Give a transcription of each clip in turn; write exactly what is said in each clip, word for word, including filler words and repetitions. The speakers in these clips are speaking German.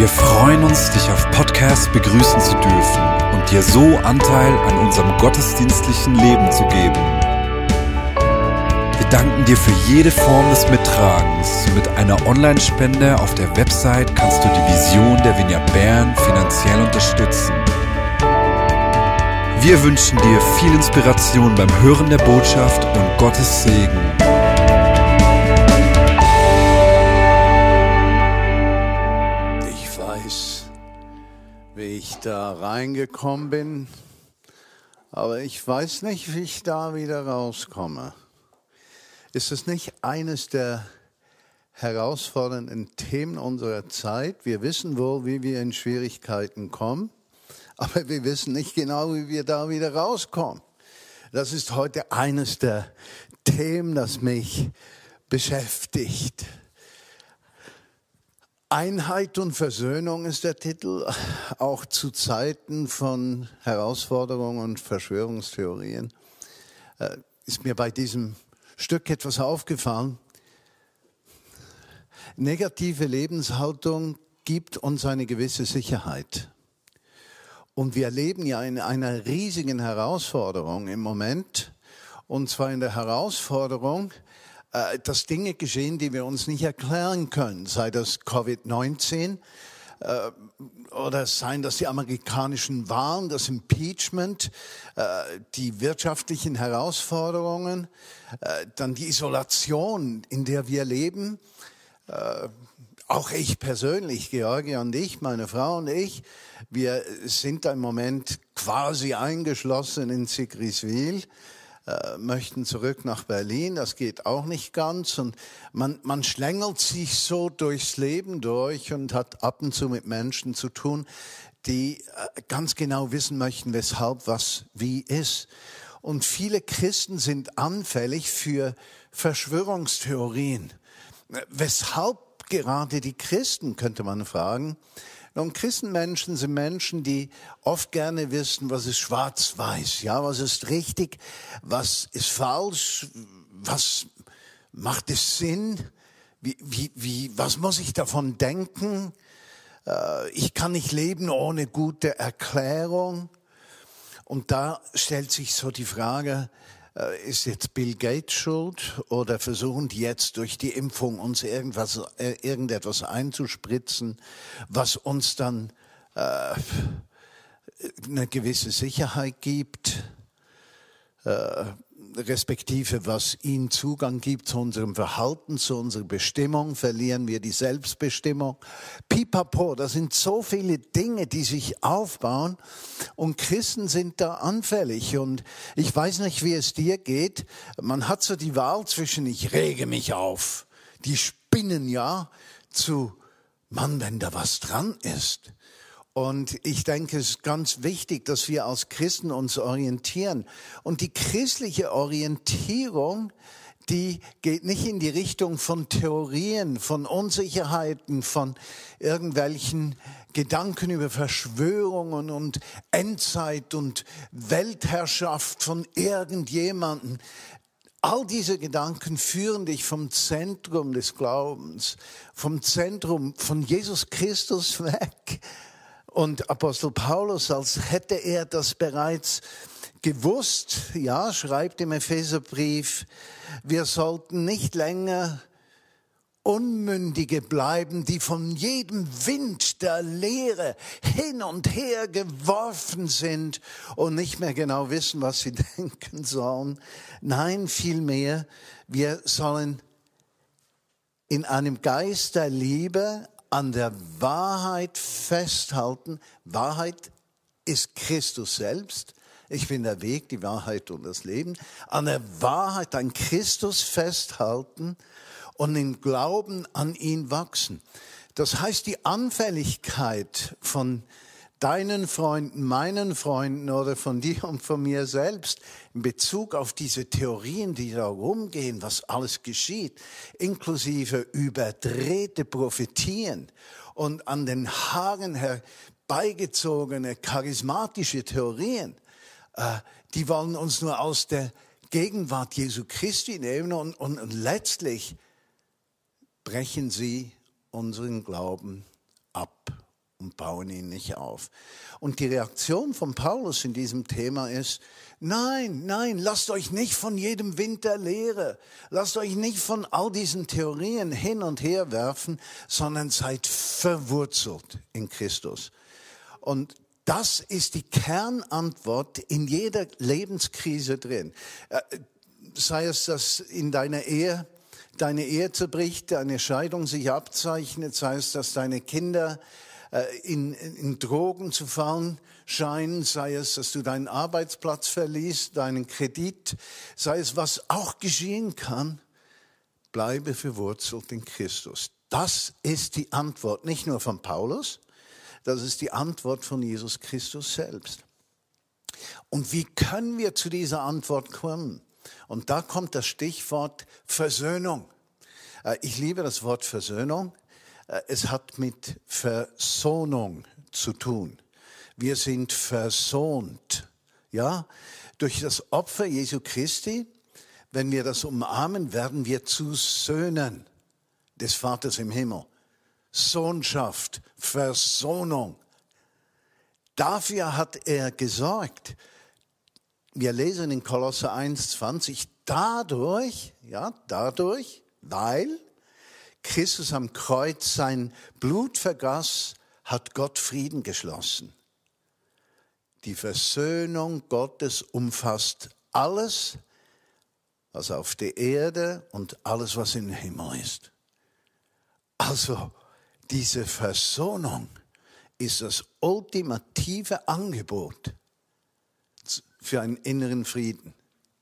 Wir freuen uns, dich auf Podcast begrüßen zu dürfen und dir so Anteil an unserem gottesdienstlichen Leben zu geben. Wir danken dir für jede Form des Mittragens. Mit einer Online-Spende auf der Website kannst du die Vision der Vineyard Bern finanziell unterstützen. Wir wünschen dir viel Inspiration beim Hören der Botschaft und Gottes Segen. Ich weiß, wie ich da reingekommen bin, aber ich weiß nicht, wie ich da wieder rauskomme. Ist es nicht eines der herausfordernden Themen unserer Zeit? Wir wissen wohl, wie wir in Schwierigkeiten kommen, aber wir wissen nicht genau, wie wir da wieder rauskommen. Das ist heute eines der Themen, das mich beschäftigt. Einheit und Versöhnung ist der Titel, auch zu Zeiten von Herausforderungen und Verschwörungstheorien. Äh, ist mir bei diesem Stück etwas aufgefallen. Negative Lebenshaltung gibt uns eine gewisse Sicherheit. Und wir leben ja in einer riesigen Herausforderung im Moment. Und zwar in der Herausforderung, äh, dass Dinge geschehen, die wir uns nicht erklären können. Sei das Covid neunzehn äh, oder seien das die amerikanischen Wahlen, das Impeachment, äh, die wirtschaftlichen Herausforderungen, äh, dann die Isolation, in der wir leben. Äh, auch ich persönlich, Georgia und ich, meine Frau und ich, wir sind im Moment quasi eingeschlossen in Sigriswil, äh, möchten zurück nach Berlin, das geht auch nicht ganz. Und man, man schlängelt sich so durchs Leben durch und hat ab und zu mit Menschen zu tun, die äh, ganz genau wissen möchten, weshalb was wie ist. Und viele Christen sind anfällig für Verschwörungstheorien. Weshalb gerade die Christen, könnte man fragen. Nun, Christenmenschen sind Menschen, die oft gerne wissen, was ist schwarz-weiß, ja, was ist richtig, was ist falsch, was macht es Sinn, wie, wie, wie, was muss ich davon denken? Äh, ich kann nicht leben ohne gute Erklärung. Und da stellt sich so die Frage, ist jetzt Bill Gates schuld oder versuchen die jetzt durch die Impfung uns irgendwas, äh, irgendetwas einzuspritzen, was uns dann äh, eine gewisse Sicherheit gibt, äh, respektive was ihnen Zugang gibt zu unserem Verhalten, zu unserer Bestimmung, verlieren wir die Selbstbestimmung. Pipapo, das sind so viele Dinge, die sich aufbauen und Christen sind da anfällig und ich weiß nicht, wie es dir geht. Man hat so die Wahl zwischen ich rege mich auf, die spinnen ja, zu Mann, wenn da was dran ist. Und ich denke, es ist ganz wichtig, dass wir als Christen uns orientieren. Und die christliche Orientierung, die geht nicht in die Richtung von Theorien, von Unsicherheiten, von irgendwelchen Gedanken über Verschwörungen und Endzeit und Weltherrschaft von irgendjemandem. All diese Gedanken führen dich vom Zentrum des Glaubens, vom Zentrum von Jesus Christus weg. Und Apostel Paulus, als hätte er das bereits gewusst, ja, schreibt im Epheserbrief, wir sollten nicht länger Unmündige bleiben, die von jedem Wind der Lehre hin und her geworfen sind und nicht mehr genau wissen, was sie denken sollen. Nein, vielmehr, wir sollen in einem Geist der Liebe an der Wahrheit festhalten. Wahrheit ist Christus selbst. Ich bin der Weg, die Wahrheit und das Leben. An der Wahrheit, an Christus festhalten und im Glauben an ihn wachsen. Das heißt, die Anfälligkeit von deinen Freunden, meinen Freunden oder von dir und von mir selbst in Bezug auf diese Theorien, die da rumgehen, was alles geschieht, inklusive überdrehte Prophetien und an den Haaren herbeigezogene charismatische Theorien, äh, die wollen uns nur aus der Gegenwart Jesu Christi nehmen und, und, und letztlich brechen sie unseren Glauben ab und bauen ihn nicht auf. Und die Reaktion von Paulus in diesem Thema ist, nein, nein, lasst euch nicht von jedem Wind der Lehre, lasst euch nicht von all diesen Theorien hin und her werfen, sondern seid verwurzelt in Christus. Und das ist die Kernantwort in jeder Lebenskrise drin. Sei es, dass in deiner Ehe deine Ehe zerbricht, deine Scheidung sich abzeichnet, sei es, dass deine Kinder in, in Drogen zu fallen scheinen, sei es, dass du deinen Arbeitsplatz verlierst, deinen Kredit, sei es, was auch geschehen kann, bleibe verwurzelt in Christus. Das ist die Antwort, nicht nur von Paulus, das ist die Antwort von Jesus Christus selbst. Und wie können wir zu dieser Antwort kommen? Und da kommt das Stichwort Versöhnung. Ich liebe das Wort Versöhnung. Es hat mit Versohnung zu tun. Wir sind versöhnt, ja, durch das Opfer Jesu Christi. Wenn wir das umarmen, werden wir zu Söhnen des Vaters im Himmel. Sohnschaft, Versöhnung. Dafür hat er gesorgt. Wir lesen in Kolosser eins zwanzig, dadurch, ja, dadurch, weil Christus am Kreuz sein Blut vergaß, hat Gott Frieden geschlossen. Die Versöhnung Gottes umfasst alles, was auf der Erde und alles, was im Himmel ist. Also, diese Versöhnung ist das ultimative Angebot für einen inneren Frieden,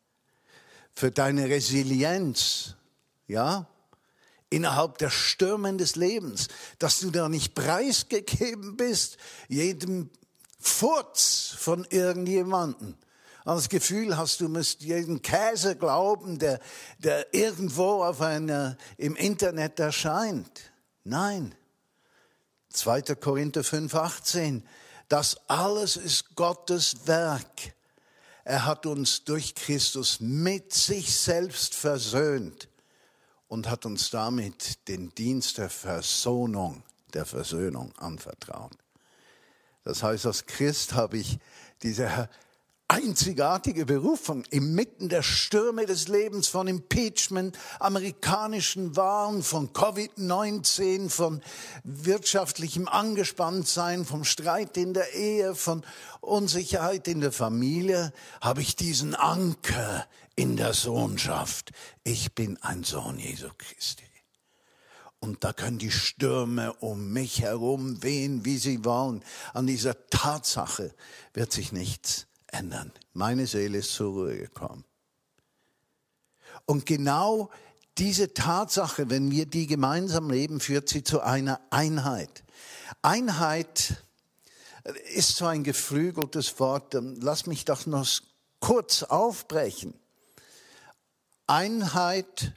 für deine Resilienz, ja, innerhalb der Stürmen des Lebens, dass du da nicht preisgegeben bist, jedem Furz von irgendjemandem. Und das Gefühl hast, du musst jeden Käse glauben, der, der irgendwo auf einer, im Internet erscheint. Nein. zweiter Korinther fünf achtzehn. Das alles ist Gottes Werk. Er hat uns durch Christus mit sich selbst versöhnt und hat uns damit den Dienst der Versöhnung, der Versöhnung anvertraut. Das heißt, als Christ habe ich diese einzigartige Berufung inmitten der Stürme des Lebens, von Impeachment, amerikanischen Wahlen, von Covid neunzehn, von wirtschaftlichem Angespanntsein, vom Streit in der Ehe, von Unsicherheit in der Familie, habe ich diesen Anker in der Sohnschaft. Ich bin ein Sohn Jesu Christi. Und da können die Stürme um mich herum wehen, wie sie wollen. An dieser Tatsache wird sich nichts ändern. Meine Seele ist zur Ruhe gekommen. Und genau diese Tatsache, wenn wir die gemeinsam leben, führt sie zu einer Einheit. Einheit ist so ein geflügeltes Wort. Lass mich doch noch kurz aufbrechen. Einheit.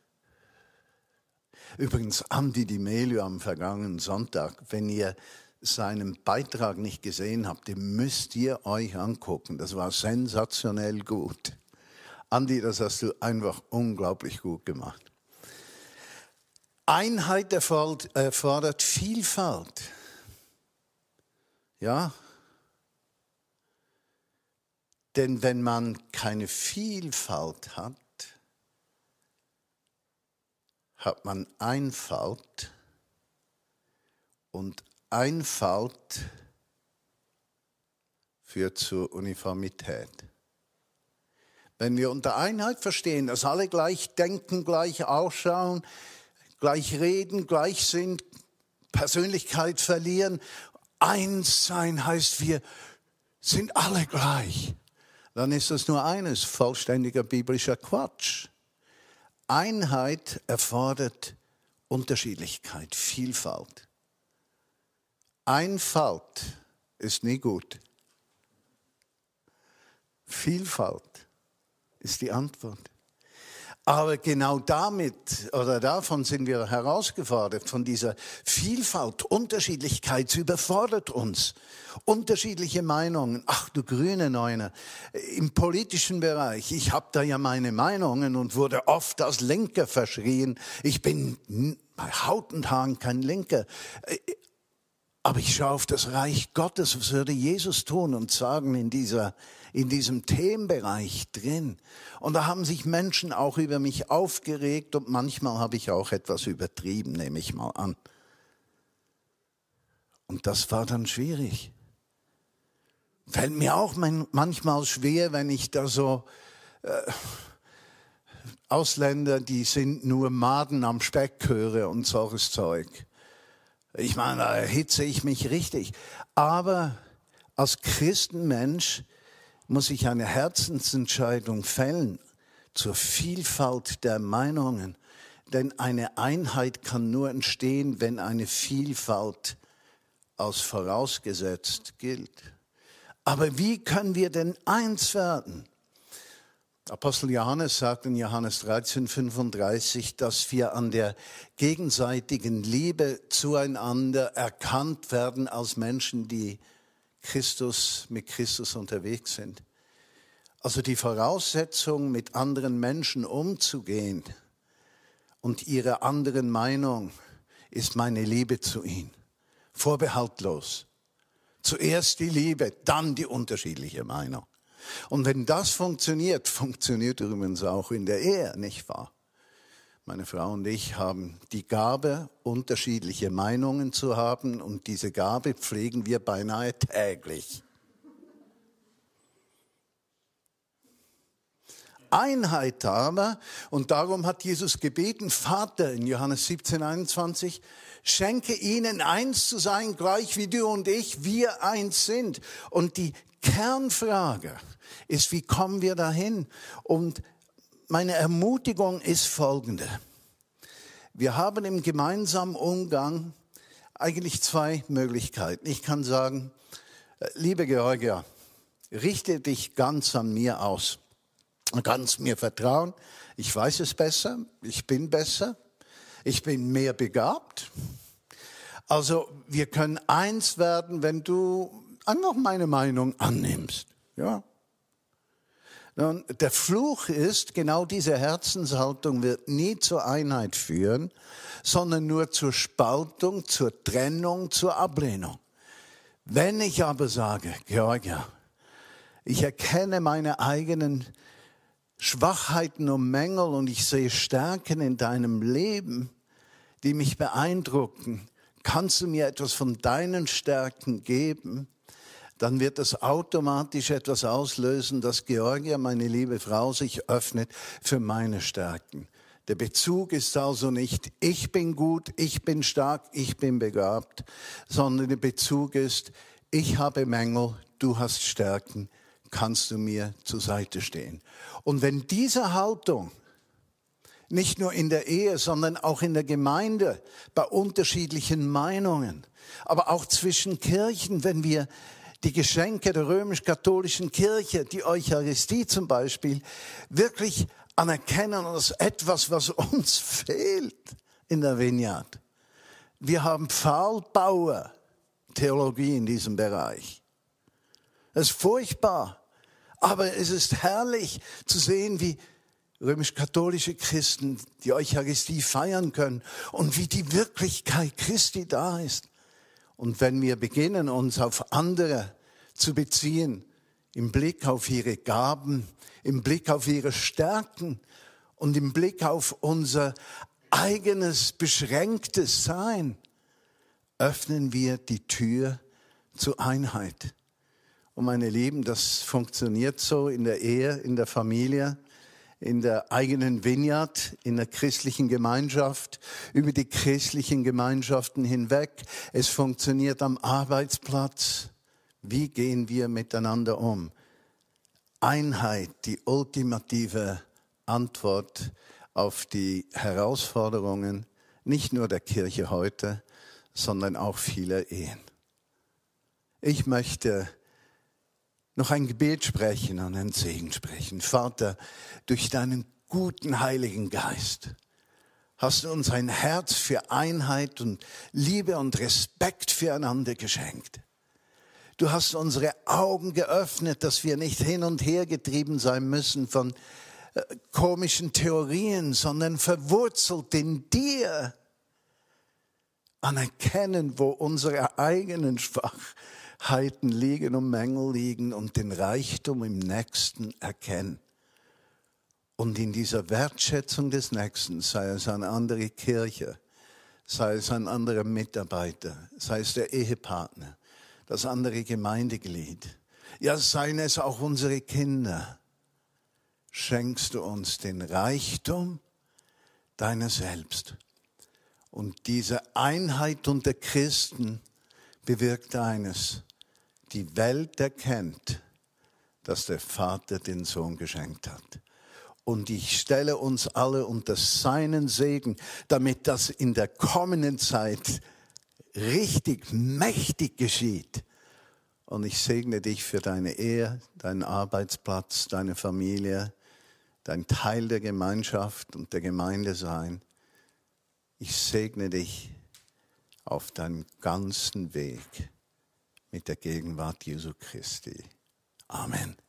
Übrigens, Andi Di Melio am vergangenen Sonntag, wenn ihr seinen Beitrag nicht gesehen habt, den müsst ihr euch angucken. Das war sensationell gut. Andi, das hast du einfach unglaublich gut gemacht. Einheit erfordert Vielfalt. Ja? Denn wenn man keine Vielfalt hat, hat man Einfalt und Einfalt führt zur Uniformität. Wenn wir unter Einheit verstehen, dass alle gleich denken, gleich ausschauen, gleich reden, gleich sind, Persönlichkeit verlieren, eins sein heißt, wir sind alle gleich, dann ist das nur eines, vollständiger biblischer Quatsch. Einheit erfordert Unterschiedlichkeit, Vielfalt. Einfalt ist nie gut. Vielfalt ist die Antwort. Aber genau damit oder davon sind wir herausgefordert, von dieser Vielfalt, Unterschiedlichkeit, sie überfordert uns. Unterschiedliche Meinungen, ach du grüne Neune, im politischen Bereich, ich habe da ja meine Meinungen und wurde oft als Linker verschrien. Ich bin bei Haut und Haaren kein Linker. Aber ich schaue auf das Reich Gottes. Was würde Jesus tun und sagen in dieser, in diesem Themenbereich drin? Und da haben sich Menschen auch über mich aufgeregt und manchmal habe ich auch etwas übertrieben, nehme ich mal an. Und das war dann schwierig. Fällt mir auch manchmal schwer, wenn ich da so äh, Ausländer, die sind nur Maden am Speck höre und solches Zeug. Ich meine, da erhitze ich mich richtig. Aber als Christenmensch muss ich eine Herzensentscheidung fällen zur Vielfalt der Meinungen. Denn eine Einheit kann nur entstehen, wenn eine Vielfalt als vorausgesetzt gilt. Aber wie können wir denn eins werden? Apostel Johannes sagt in Johannes dreizehn fünfunddreißig, dass wir an der gegenseitigen Liebe zueinander erkannt werden als Menschen, die Christus, mit Christus unterwegs sind. Also die Voraussetzung, mit anderen Menschen umzugehen und ihre anderen Meinung, ist meine Liebe zu ihnen. Vorbehaltlos. Zuerst die Liebe, dann die unterschiedliche Meinung. Und wenn das funktioniert, funktioniert übrigens auch in der Ehe, nicht wahr? Meine Frau und ich haben die Gabe, unterschiedliche Meinungen zu haben und diese Gabe pflegen wir beinahe täglich. Einheit aber, und darum hat Jesus gebeten, Vater, in Johannes siebzehn einundzwanzig, schenke ihnen eins zu sein, gleich wie du und ich, wir eins sind. Und die Kernfrage ist, wie kommen wir dahin? Und meine Ermutigung ist folgende. Wir haben im gemeinsamen Umgang eigentlich zwei Möglichkeiten. Ich kann sagen, liebe Georgia, richte dich ganz an mir aus. Du kannst mir vertrauen. Ich weiß es besser. Ich bin besser. Ich bin mehr begabt. Also wir können eins werden, wenn du einfach meine Meinung annimmst. Ja. Nun, der Fluch ist, genau diese Herzenshaltung wird nie zur Einheit führen, sondern nur zur Spaltung, zur Trennung, zur Ablehnung. Wenn ich aber sage, Georgia, ich erkenne meine eigenen Schwachheiten und Mängel und ich sehe Stärken in deinem Leben, die mich beeindrucken, kannst du mir etwas von deinen Stärken geben? Dann wird das automatisch etwas auslösen, dass Georgia, meine liebe Frau, sich öffnet für meine Stärken. Der Bezug ist also nicht, ich bin gut, ich bin stark, ich bin begabt, sondern der Bezug ist, ich habe Mängel, du hast Stärken, kannst du mir zur Seite stehen. Und wenn diese Haltung nicht nur in der Ehe, sondern auch in der Gemeinde, bei unterschiedlichen Meinungen, aber auch zwischen Kirchen, wenn wir die Geschenke der römisch-katholischen Kirche, die Eucharistie zum Beispiel, wirklich anerkennen als etwas, was uns fehlt in der Vineyard. Wir haben Pfahlbauer-Theologie in diesem Bereich. Das ist furchtbar, aber es ist herrlich zu sehen, wie römisch-katholische Christen die Eucharistie feiern können und wie die Wirklichkeit Christi da ist. Und wenn wir beginnen, uns auf andere zu beziehen, im Blick auf ihre Gaben, im Blick auf ihre Stärken und im Blick auf unser eigenes beschränktes Sein, öffnen wir die Tür zur Einheit. Und meine Lieben, das funktioniert so in der Ehe, in der Familie, in der eigenen Vineyard, in der christlichen Gemeinschaft, über die christlichen Gemeinschaften hinweg. Es funktioniert am Arbeitsplatz. Wie gehen wir miteinander um? Einheit, die ultimative Antwort auf die Herausforderungen, nicht nur der Kirche heute, sondern auch vieler Ehen. Ich möchte noch ein Gebet sprechen und einen Segen sprechen. Vater, durch deinen guten Heiligen Geist hast du uns ein Herz für Einheit und Liebe und Respekt füreinander geschenkt. Du hast unsere Augen geöffnet, dass wir nicht hin und her getrieben sein müssen von äh, komischen Theorien, sondern verwurzelt in dir anerkennen, wo unsere eigenen Schwachheiten liegen und Mängel liegen und den Reichtum im Nächsten erkennen. Und in dieser Wertschätzung des Nächsten, sei es eine andere Kirche, sei es ein anderer Mitarbeiter, sei es der Ehepartner, das andere Gemeindeglied, ja, seien es auch unsere Kinder, schenkst du uns den Reichtum deiner selbst. Und diese Einheit unter Christen bewirkt eines: Die Welt erkennt, dass der Vater den Sohn geschenkt hat. Und ich stelle uns alle unter seinen Segen, damit das in der kommenden Zeit richtig mächtig geschieht. Und ich segne dich für deine Ehe, deinen Arbeitsplatz, deine Familie, dein Teil der Gemeinschaft und der Gemeinde sein. Ich segne dich auf deinem ganzen Weg mit der Gegenwart Jesu Christi. Amen.